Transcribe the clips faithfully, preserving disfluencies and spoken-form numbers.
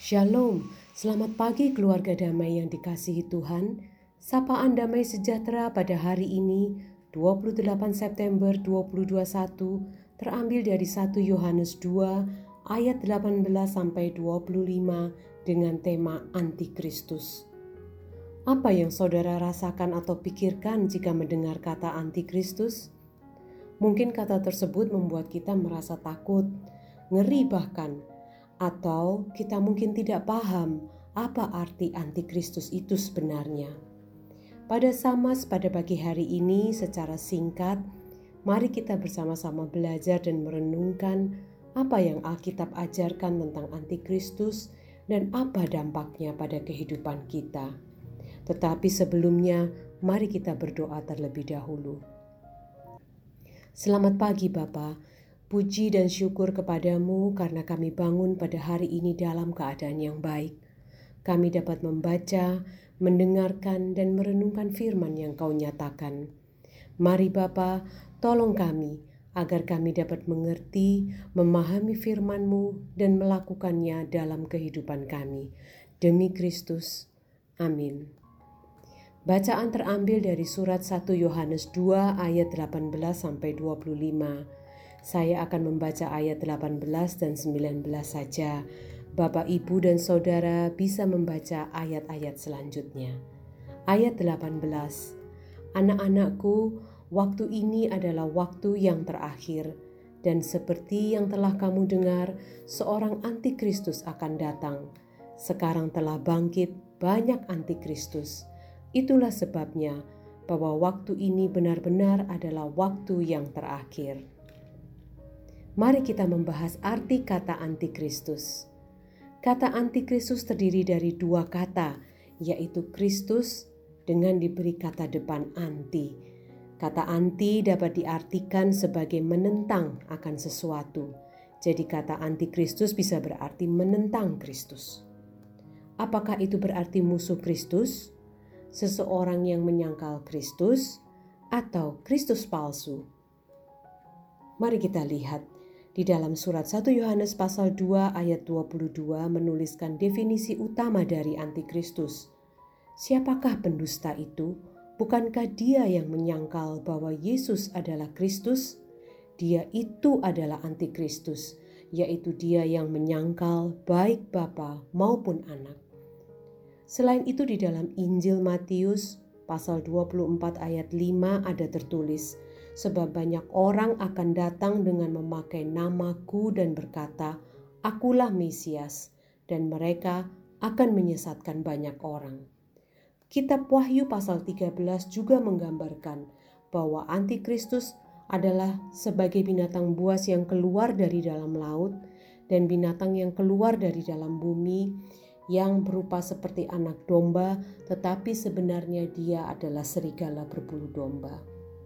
Shalom, selamat pagi keluarga damai yang dikasihi Tuhan. Sapaan damai sejahtera pada hari ini, dua puluh delapan September dua ribu dua puluh satu, terambil dari satu Yohanes dua ayat delapan belas sampai dua puluh lima dengan tema Antikristus. Apa yang saudara rasakan atau pikirkan jika mendengar kata Antikristus? Mungkin kata tersebut membuat kita merasa takut, ngeri bahkan, atau kita mungkin tidak paham apa arti Antikristus itu sebenarnya. Pada Samas pada pagi hari ini secara singkat, mari kita bersama-sama belajar dan merenungkan apa yang Alkitab ajarkan tentang Antikristus dan apa dampaknya pada kehidupan kita. Tetapi sebelumnya, mari kita berdoa terlebih dahulu. Selamat pagi Bapa. Puji dan syukur kepadamu karena kami bangun pada hari ini dalam keadaan yang baik. Kami dapat membaca, mendengarkan, dan merenungkan firman yang Kau nyatakan. Mari Bapa, tolong kami agar kami dapat mengerti, memahami firman-Mu, dan melakukannya dalam kehidupan kami. Demi Kristus. Amin. Bacaan terambil dari surat satu Yohanes dua ayat delapan belas sampai dua puluh lima. Saya akan membaca ayat delapan belas dan sembilan belas saja. Bapak, Ibu, dan Saudara bisa membaca ayat-ayat selanjutnya. Ayat delapan belas. Anak-anakku, waktu ini adalah waktu yang terakhir. Dan seperti yang telah kamu dengar, seorang antikristus akan datang. Sekarang telah bangkit banyak antikristus. Itulah sebabnya bahwa waktu ini benar-benar adalah waktu yang terakhir. Mari kita membahas arti kata Antikristus. Kata Antikristus terdiri dari dua kata, yaitu Kristus dengan diberi kata depan anti. Kata anti dapat diartikan sebagai menentang akan sesuatu. Jadi kata Antikristus bisa berarti menentang Kristus. Apakah itu berarti musuh Kristus? Seseorang yang menyangkal Kristus? Atau Kristus palsu? Mari kita lihat. Di dalam surat satu Yohanes pasal dua ayat dua puluh dua menuliskan definisi utama dari Antikristus. Siapakah pendusta itu? Bukankah dia yang menyangkal bahwa Yesus adalah Kristus? Dia itu adalah Antikristus, yaitu dia yang menyangkal baik Bapa maupun Anak. Selain itu di dalam Injil Matius pasal dua puluh empat ayat lima ada tertulis, sebab banyak orang akan datang dengan memakai namaku dan berkata, Akulah Mesias, dan mereka akan menyesatkan banyak orang. Kitab Wahyu pasal tiga belas juga menggambarkan bahwa Antikristus adalah sebagai binatang buas yang keluar dari dalam laut dan binatang yang keluar dari dalam bumi yang berupa seperti anak domba, tetapi sebenarnya dia adalah serigala berbulu domba.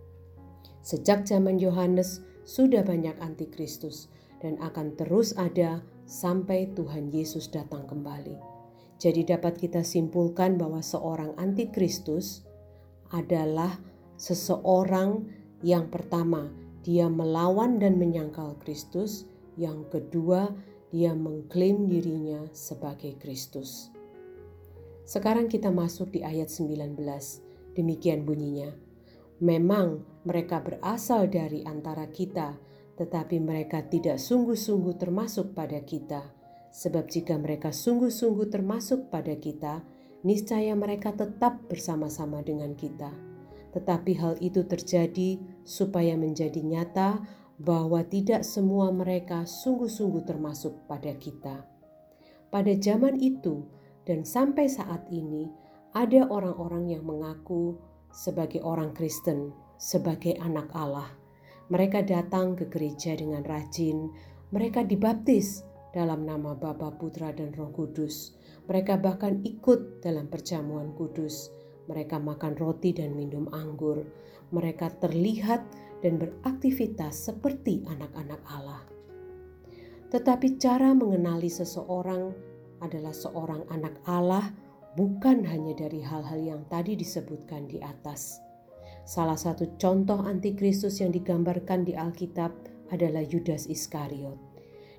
Sejak zaman Yohanes sudah banyak antikristus dan akan terus ada sampai Tuhan Yesus datang kembali. Jadi dapat kita simpulkan bahwa seorang antikristus adalah seseorang yang pertama, dia melawan dan menyangkal Kristus. Yang kedua, dia mengklaim dirinya sebagai Kristus. Sekarang kita masuk di ayat sembilan belas. Demikian bunyinya. Memang mereka berasal dari antara kita, tetapi mereka tidak sungguh-sungguh termasuk pada kita. Sebab jika mereka sungguh-sungguh termasuk pada kita, niscaya mereka tetap bersama-sama dengan kita. Tetapi hal itu terjadi supaya menjadi nyata bahwa tidak semua mereka sungguh-sungguh termasuk pada kita. Pada zaman itu dan sampai saat ini, ada orang-orang yang mengaku sebagai orang Kristen, sebagai anak Allah. Mereka datang ke gereja dengan rajin, mereka dibaptis dalam nama Bapa, Putra, dan Roh Kudus. Mereka bahkan ikut dalam perjamuan kudus. Mereka makan roti dan minum anggur. Mereka terlihat dan beraktivitas seperti anak-anak Allah. Tetapi cara mengenali seseorang adalah seorang anak Allah bukan hanya dari hal-hal yang tadi disebutkan di atas. Salah satu contoh antikristus yang digambarkan di Alkitab adalah Yudas Iskariot.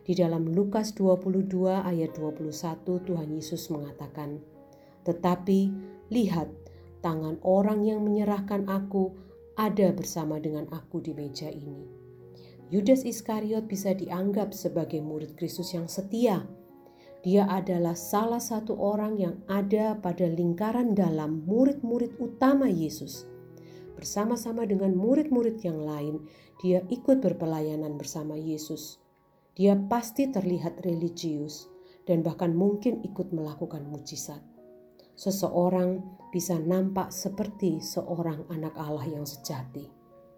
Di dalam Lukas dua puluh dua ayat dua puluh satu Tuhan Yesus mengatakan, "Tetapi lihat, tangan orang yang menyerahkan aku ada bersama dengan aku di meja ini." Yudas Iskariot bisa dianggap sebagai murid Kristus yang setia. Dia adalah salah satu orang yang ada pada lingkaran dalam murid-murid utama Yesus. Bersama-sama dengan murid-murid yang lain, dia ikut berpelayanan bersama Yesus. Dia pasti terlihat religius dan bahkan mungkin ikut melakukan mujizat. Seseorang bisa nampak seperti seorang anak Allah yang sejati.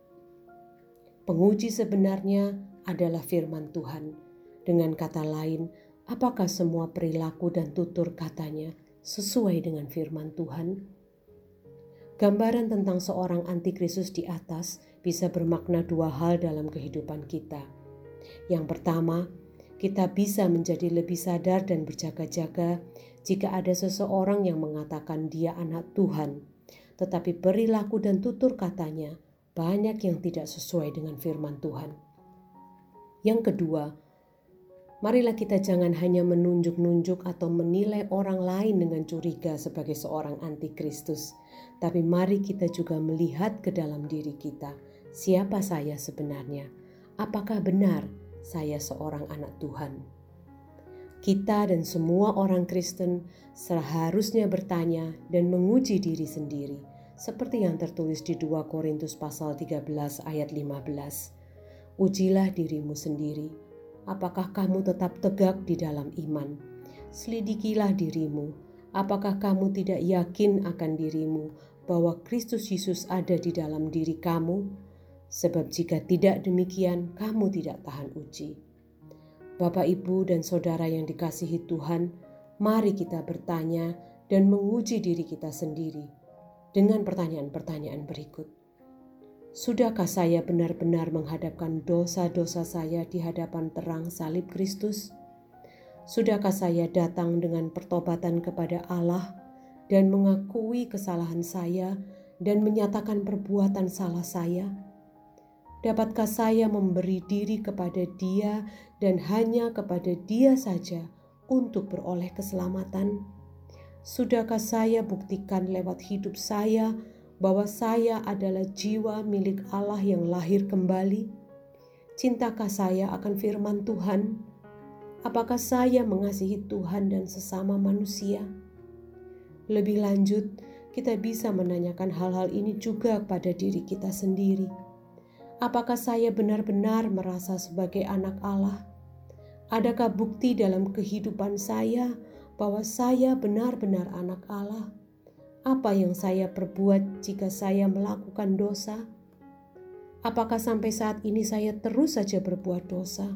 Penguji sebenarnya adalah firman Tuhan. Dengan kata lain, apakah semua perilaku dan tutur katanya sesuai dengan firman Tuhan? Gambaran tentang seorang antikristus di atas bisa bermakna dua hal dalam kehidupan kita. Yang pertama, kita bisa menjadi lebih sadar dan berjaga-jaga jika ada seseorang yang mengatakan dia anak Tuhan, tetapi perilaku dan tutur katanya banyak yang tidak sesuai dengan firman Tuhan. Yang kedua, marilah kita jangan hanya menunjuk-nunjuk atau menilai orang lain dengan curiga sebagai seorang antikristus, tapi mari kita juga melihat ke dalam diri kita. Siapa saya sebenarnya? Apakah benar saya seorang anak Tuhan? Kita dan semua orang Kristen seharusnya bertanya dan menguji diri sendiri, seperti yang tertulis di dua Korintus pasal tiga belas ayat lima belas. Ujilah dirimu sendiri, apakah kamu tetap tegak di dalam iman? Selidikilah dirimu, apakah kamu tidak yakin akan dirimu bahwa Kristus Yesus ada di dalam diri kamu? Sebab jika tidak demikian, kamu tidak tahan uji. Bapak, Ibu, dan Saudara yang dikasihi Tuhan, mari kita bertanya dan menguji diri kita sendiri dengan pertanyaan-pertanyaan berikut. Sudahkah saya benar-benar menghadapkan dosa-dosa saya di hadapan terang salib Kristus? Sudahkah saya datang dengan pertobatan kepada Allah dan mengakui kesalahan saya dan menyatakan perbuatan salah saya? Dapatkah saya memberi diri kepada Dia dan hanya kepada Dia saja untuk beroleh keselamatan? Sudahkah saya buktikan lewat hidup saya bahwa saya adalah jiwa milik Allah yang lahir kembali? Cintakah saya akan firman Tuhan? Apakah saya mengasihi Tuhan dan sesama manusia? Lebih lanjut, kita bisa menanyakan hal-hal ini juga pada diri kita sendiri. Apakah saya benar-benar merasa sebagai anak Allah? Adakah bukti dalam kehidupan saya bahwa saya benar-benar anak Allah? Apa yang saya perbuat jika saya melakukan dosa? Apakah sampai saat ini saya terus saja berbuat dosa?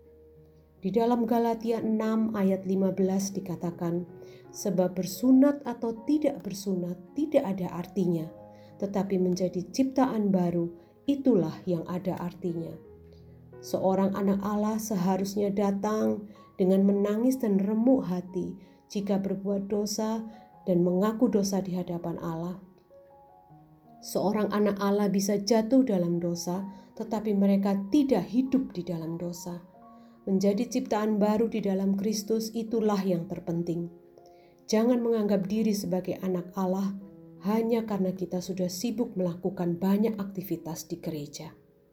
Di dalam Galatia enam ayat lima belas dikatakan, sebab bersunat atau tidak bersunat tidak ada artinya, tetapi menjadi ciptaan baru, itulah yang ada artinya. Seorang anak Allah seharusnya datang dengan menangis dan remuk hati jika berbuat dosa dan mengaku dosa di hadapan Allah. Seorang anak Allah bisa jatuh dalam dosa, tetapi mereka tidak hidup di dalam dosa. Menjadi ciptaan baru di dalam Kristus itulah yang terpenting. Jangan menganggap diri sebagai anak Allah hanya karena kita sudah sibuk melakukan banyak aktivitas di gereja.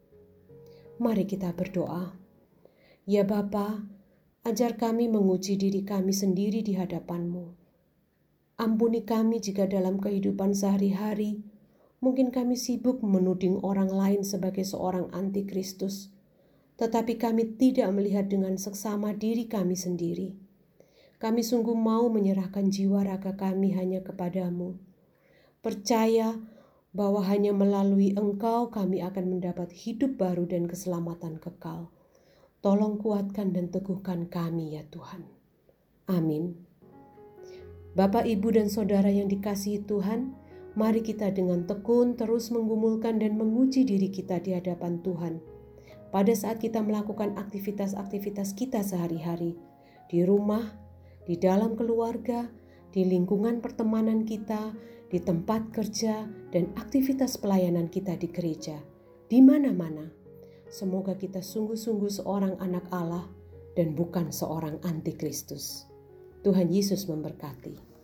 Mari kita berdoa. Ya Bapa, ajar kami menguji diri kami sendiri di hadapan-Mu. Ampuni kami jika dalam kehidupan sehari-hari mungkin kami sibuk menuding orang lain sebagai seorang antikristus, tetapi kami tidak melihat dengan seksama diri kami sendiri. Kami sungguh mau menyerahkan jiwa raga kami hanya kepada-Mu. Percaya bahwa hanya melalui Engkau kami akan mendapat hidup baru dan keselamatan kekal. Tolong kuatkan dan teguhkan kami ya Tuhan. Amin. Bapak, Ibu, dan Saudara yang dikasihi Tuhan, mari kita dengan tekun terus menggumulkan dan menguji diri kita di hadapan Tuhan. Pada saat kita melakukan aktivitas-aktivitas kita sehari-hari, di rumah, di dalam keluarga, di lingkungan pertemanan kita, di tempat kerja, dan aktivitas pelayanan kita di gereja, di mana-mana. Semoga kita sungguh-sungguh seorang anak Allah dan bukan seorang antikristus. Tuhan Yesus memberkati.